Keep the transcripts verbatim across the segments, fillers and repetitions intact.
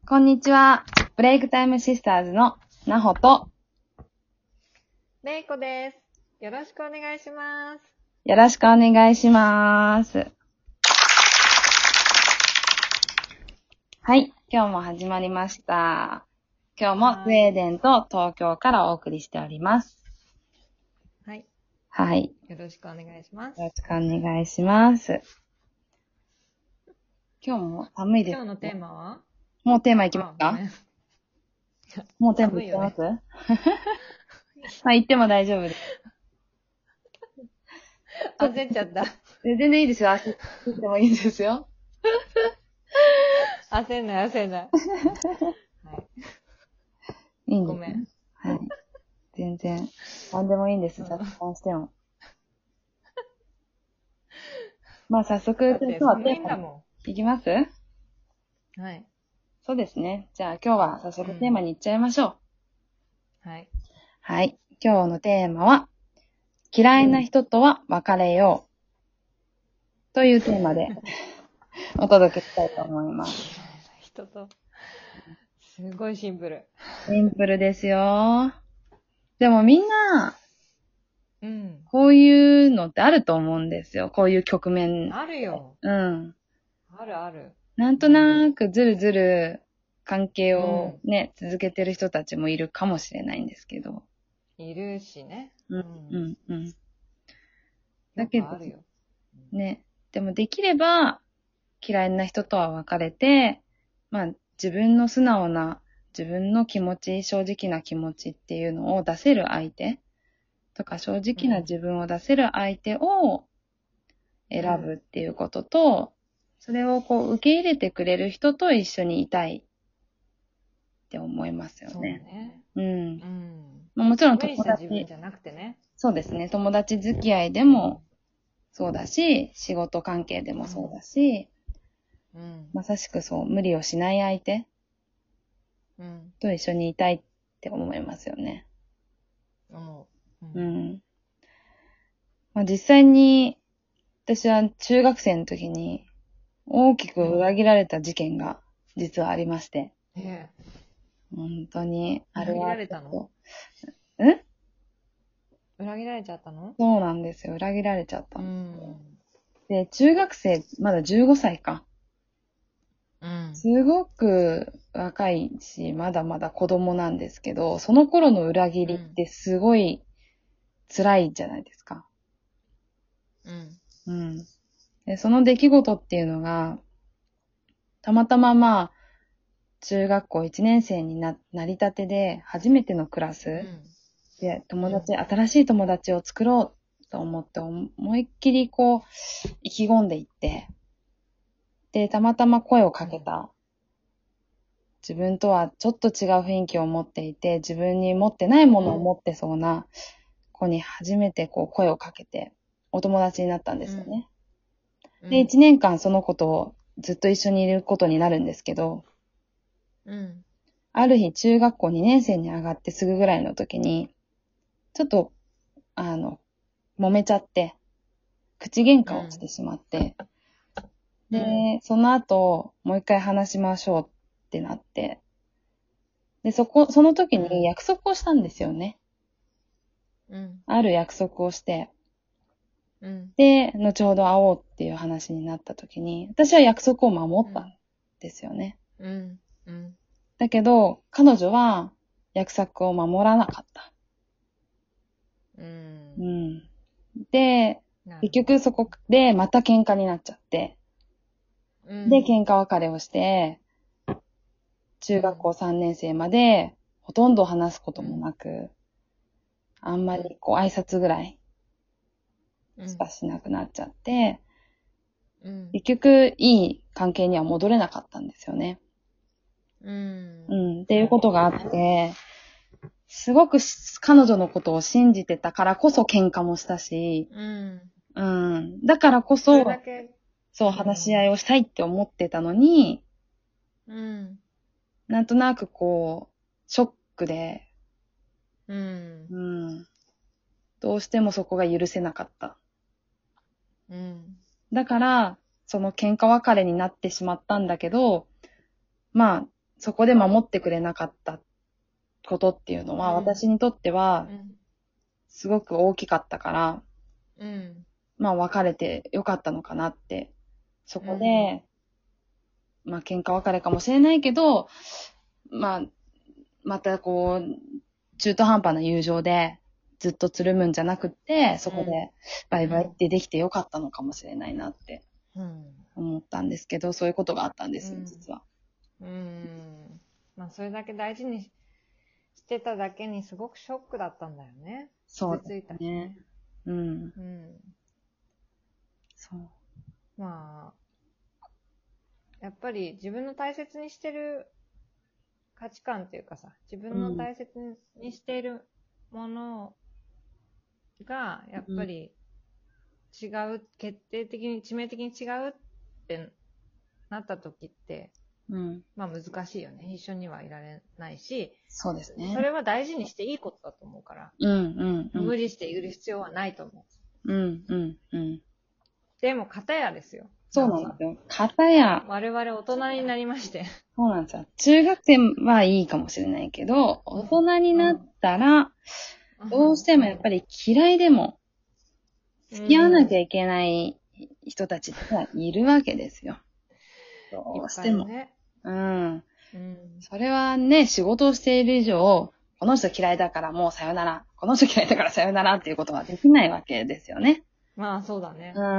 こんにちは。ブレイクタイムシスターズのなほと、 れいこです。よろしくお願いします。 よろしくお願いします。はい、今日も始まりました。今日もスウェーデンと東京からお送りしております。 はい。 はい。 よろしくお願いします。 よろしくお願いします。今日も寒いです。 今日のテーマはもうテーマいきますか？ あ、ごめん。 もうテーマいきます？ ね、 まあ言っても大丈夫です。 焦っちゃった。 全然いいですよ。焦ってもいいですよ。 焦んない焦んない。はい。 いいんです、ね。 ごめん。 はい。全然。何でもいいんです。 うん雑談しても。まあ早速、 だって寒いんだもいきます？ ん。はい。 そうですね。じゃあ今日は早速テーマに行っちゃいましょう。 うん、はい。 はい。今日のテーマは、嫌いな人とは別れよう。というテーマでお届けしたいと思います。 嫌いな人と。すごいシンプル。 シンプルですよ。でもみんな、 うん。 こういうのってあると思うんですよ。こういう局面。 あるよ。 うん。 あるある。 なんとなくずるずる関係をうん。 ね、続けてる人たちもいるかもしれないんですけど。 いるしね。 うん、うん、うん。だよけど、 くあるよ。 ね。でもできれば、嫌いな人とは別れて、まあ自分の素直な、自分の気持ち、正直な気持ちっていうのを出せる相手とか、正直な自分を出せる相手を選ぶっていうことと、それをこう受け入れてくれる人と一緒にいたいって思いますよそうね。 ね。 うん。 うん。 まあ、もちろん友無理した自分達、 じゃなくてね。 そうですね。友達付き合いでもそうだし、仕事関係でもそうだし、 うん。 まさしくそう、無理をしない相手うん。 と一緒にいたいって思いますよね。 思う。 うん。まあ、実際に、私は中学生の時に大きく裏切られた事件が実はありまして。 ええ。 本当に、あれ裏切はられたの？ ん裏切られちゃったの？ そうなんですよ。裏切られちゃったうの。 ん。 で、中学生、まだじゅうごさいか。 うん。 すごく若いし、まだまだ子供なんですけど、その頃の裏切りってすごい辛いじゃないですか。 うん。 うん。で、その出来事っていうのが、たまたままあ、中学校いちねん生にな、なりたてで、初めてのクラうスん。 で、友達、新しい友達を作ろうと思って、思いっきりこう、意気込んでいって、で、たまたま声をかけた。自分とはちょっと違う雰囲気を持っていて、自分に持ってないものを持ってそうな子に初めてこう声をかけて、お友達になったんですよね。 うん、 で、いちねんかんその子とずっと一緒にいることになるんですけど、 うん。 ある日中学校にねん生に上がってすぐぐらいの時に、ちょっと、あの、揉めちゃって、口喧嘩をしてしまって、 うん、 で、その後、もう一回話しましょうってなって、で、そこ、その時に約束をしたんですよね。 うん。 ある約束をして、 うん。 で、後ほど会おうっていう話になった時に、私は約束を守ったんですよね。 うん。うん。 だけど、彼女は約束を守らなかった。 うん。 うん。で、結なるほど。 局そこでまた喧嘩になっちゃって、 うん、 で、喧嘩別れをして、中学校さんねん生までほとんど話すこともなく、あんまりこう挨拶ぐらいしかしなくなっちゃって、 うん。 結局いい関係には戻れなかったんですよね。 うん。 うん。っていうことがあって、すごく彼女のことを信じてたからこそ喧嘩もしたし、 うん。 うん。だからこそ、 それだけ、 そう話し合いをしたいって思ってたのに、 うん。 なんとなくこう、ショックで、 うん。 うん。どうしてもそこが許せなかった。 うん。 だから、その喧嘩別れになってしまったんだけど、まあ、 そこで守ってくれなかったことっていうのは、 うん私にとってはう、ん。 すごく大きかったから、 うん。 まあ別れてよかったのかなって。そこで、まあ喧嘩別れかもしれないけど、まあ、またこう、中途半端な友情でずっとつるむんじゃなくって、そこでバイバイってできてよかったのかもしれないなってうん。 思ったんですけど、そういうことがあったんですよ、 うん実は。 うん。まあ、それだけ大事にしてただけにすごくショックだったんだよね。 そう傷ついたしね。 ね。 うん。 うん。 そう。 まあ、やっぱり自分の大切にしてる価値観っていうかさ、自分の大切にしているものが、やっぱり違う、決定的に、致命的に違うってなった時って、 うん。 まあ難しいよね。一緒にはいられないし、 そうですね。 それは大事にしていいことだと思うから、 うんうんうん。 無理している必要はないと思う。 うんうんうん。 でも、片やですよ。 そうなんですよ。片や、 我々大人になりまして。 そうなんですよ。中学生はいいかもしれないけど、大人になったら、どうしてもやっぱり嫌いでも、付き合わなきゃいけない人たちってのはいるわけですよ。どうしても。 ね。 うん。 うん。 それはね、仕事をしている以上、この人嫌いだからもうさよなら、この人嫌いだからさよならっていうことはできないわけですよね。 まあ、そうだね。 うん。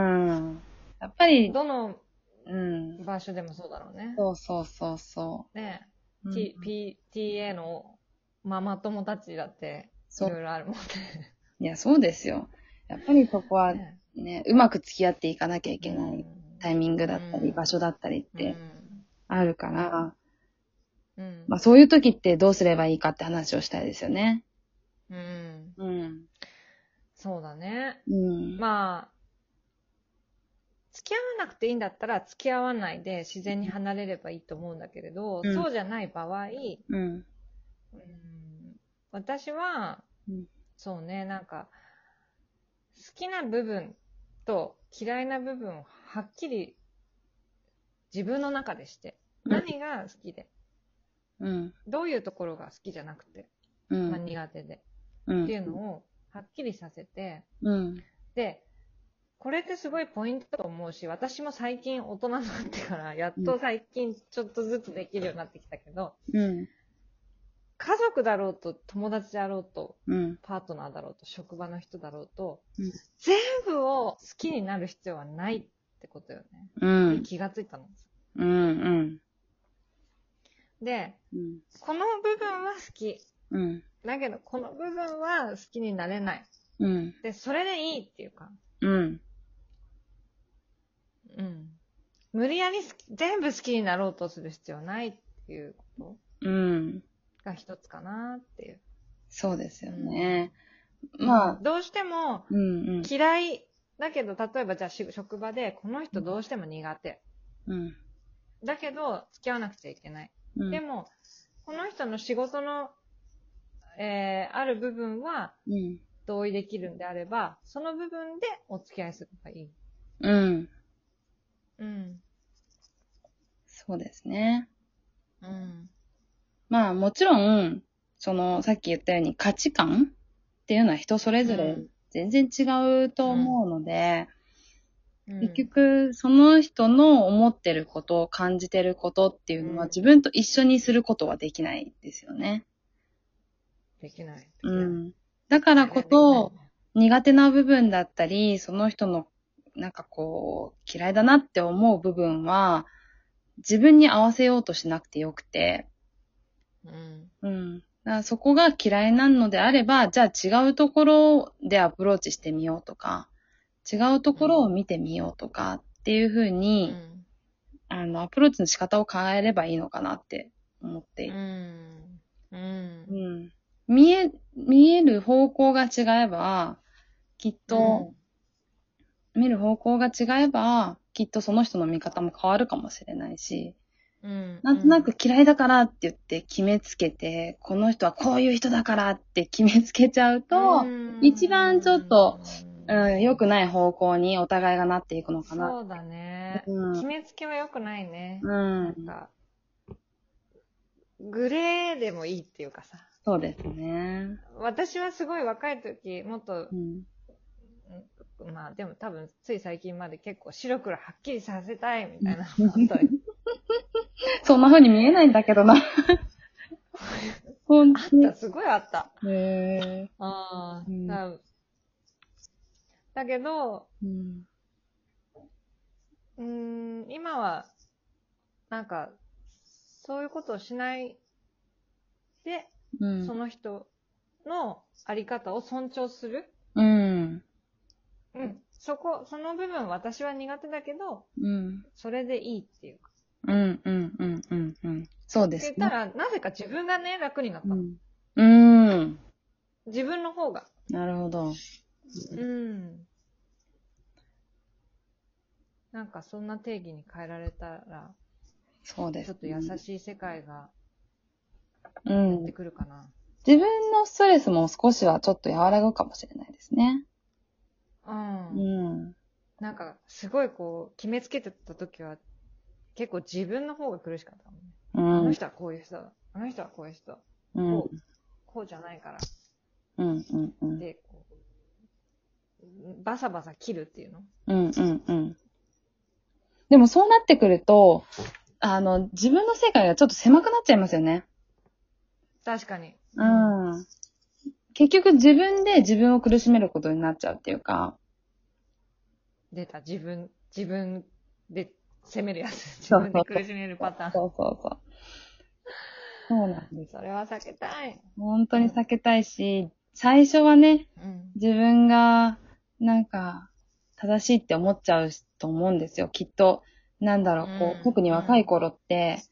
やっぱり、 どのうん。 場所でもそうだろうね。 そうそうそうそね、 う。うん、 T、P、ティーエー のママ友たちだっていろいろあるもんね。 いや、そうですよ。やっぱりそこはね、 ね、うまく付き合っていかなきゃいけうないんタイミングだったり、 うん場所だったりっうてんあるから、 うんまあそういう時ってどうすればいいかって話をしたいですよね。 うんうん。 そうだね。 うん。 まあ、付き合わなくていいんだったら付き合わないで自然に離れればいいと思うんだけれど、 うんそうじゃない場合、 うん。 うん私は、 うんそうね、なんか、好きな部分と嫌いな部分をはっきり自分の中でして、何が好きで、 うん。 どういうところが好きじゃなくて、 うん。 まあ苦手で、 うん。 っていうのをはっきりさせて、 うん。 で、これってすごいポイントだと思うし、私も最近大人になってから、やっと最近ちょっとずつできるようになってきたけど、 うん。 家族だろうと、友達だろうと、 うん。 パートナーだろうと、職場の人だろうと、 うん全部を好きになる必要はないってことよね。 うん。 に気がついたの。 うん。うん。 で、 うん。 この部分は好き。 うん。 だけど、この部分は好きになれない。 うん。 で、それでいいっていうか、 うん。 うん。無理やり好き全部好きになろうとする必要はないっていうこうん。 とが一つかなっていう。 そうですよね。ままあ、 あ、 どうしてもうんうん。 嫌いだけど、例えばじゃあし職場でこの人どうしても苦手。 うん。 だけど、付き合わなくちゃいけない。 うん。 でも、この人の仕事の、えー、ある部分はうん。 同意できるんであれば、その部分でお付き合いすればいい。 うん。 うん。 そうですね。 うん。 まあもちろん、その、さっき言ったように価値観っていうのは人それぞれうん全然違うと思うので、 うん、 結局、その人の思ってること、感じてることっていうのはうん自分と一緒にすることはできないですよね。 できない。 うん。だからこそ、苦手な部分だったり、その人のなんかこう、嫌いだなって思う部分は、自分に合わせようとしなくてよくて、 うん。 うん。だからそこが嫌いなのであれば、じゃあ違うところでアプローチしてみようとか、違うところを見てみようとかっていうふううに、 ん。 あの、アプローチの仕方を変えればいいのかなって思っている。 うん。う。 うんん。見え、見える方向が違えば、きっと、見る方向が違えば、きっとその人の見方も変わるかもしれないし、 うん。 なんとなく嫌いだからって言って決めつけて、この人はこういう人だからって決めつけちゃうと、一番ちょっと、うん、良くない方向にお互いがなっていくのかな。 そうだね。 うん決めつけは良くないね。 うん。 なんか、 グレーでもいいっていうかさ。 そうですね。 私はすごい若い時、もっと、 うん。 まあでも多分つい最近まで結構白黒はっきりさせたいみたいなのがあったり。 そんな風に見えないんだけどな。本当に。 あった、すごいあった。 へー。 ああ、 うんだだけど、 うん。 うーん、今は、なんか、そういうことをしないで、 うんその人のあり方を尊重する。 うん。 うん。そこ、その部分私は苦手だけど、 うん。 それでいいっていうか。 うんうんうんうんうん。そうですね。 って言ったら、なぜか自分がね、楽になったの。 うん。うん。 自分の方が。 なるほど。 うん。なんかそんな定義に変えられたら、 そうです、 ちょっと優しい世界がうやってん。 くるかな。 自分のストレスも少しはちょっと和らぐかもしれないですね。 うん。 うん。 なんか、すごいこう、決めつけてた時は、結構自分の方が苦しかったもんね。 うん。 あの人はこういう人だ。あの人はこういう人。 うん。 こう、こうじゃないから。 うんうんうん。 で、こうバサバサ切るっていうの。 うんうんうん。でもそうなってくると、あの、自分の世界がちょっと狭くなっちゃいますよね。 確かに。 うん。結局自分で自分を苦しめることになっちゃうっていうか。 出た。自分、自分で責めるやつ。自そう分でそうそう。 苦しめるパターン。 そうそうそう。そうなんです。 それは避けたい。 本当に避けたいし、最初はね、 うん。 自分が、なんか、正しいって思っちゃうと思うんですよ。きっと、なんだろう、こう、 うん。 特に若い頃って、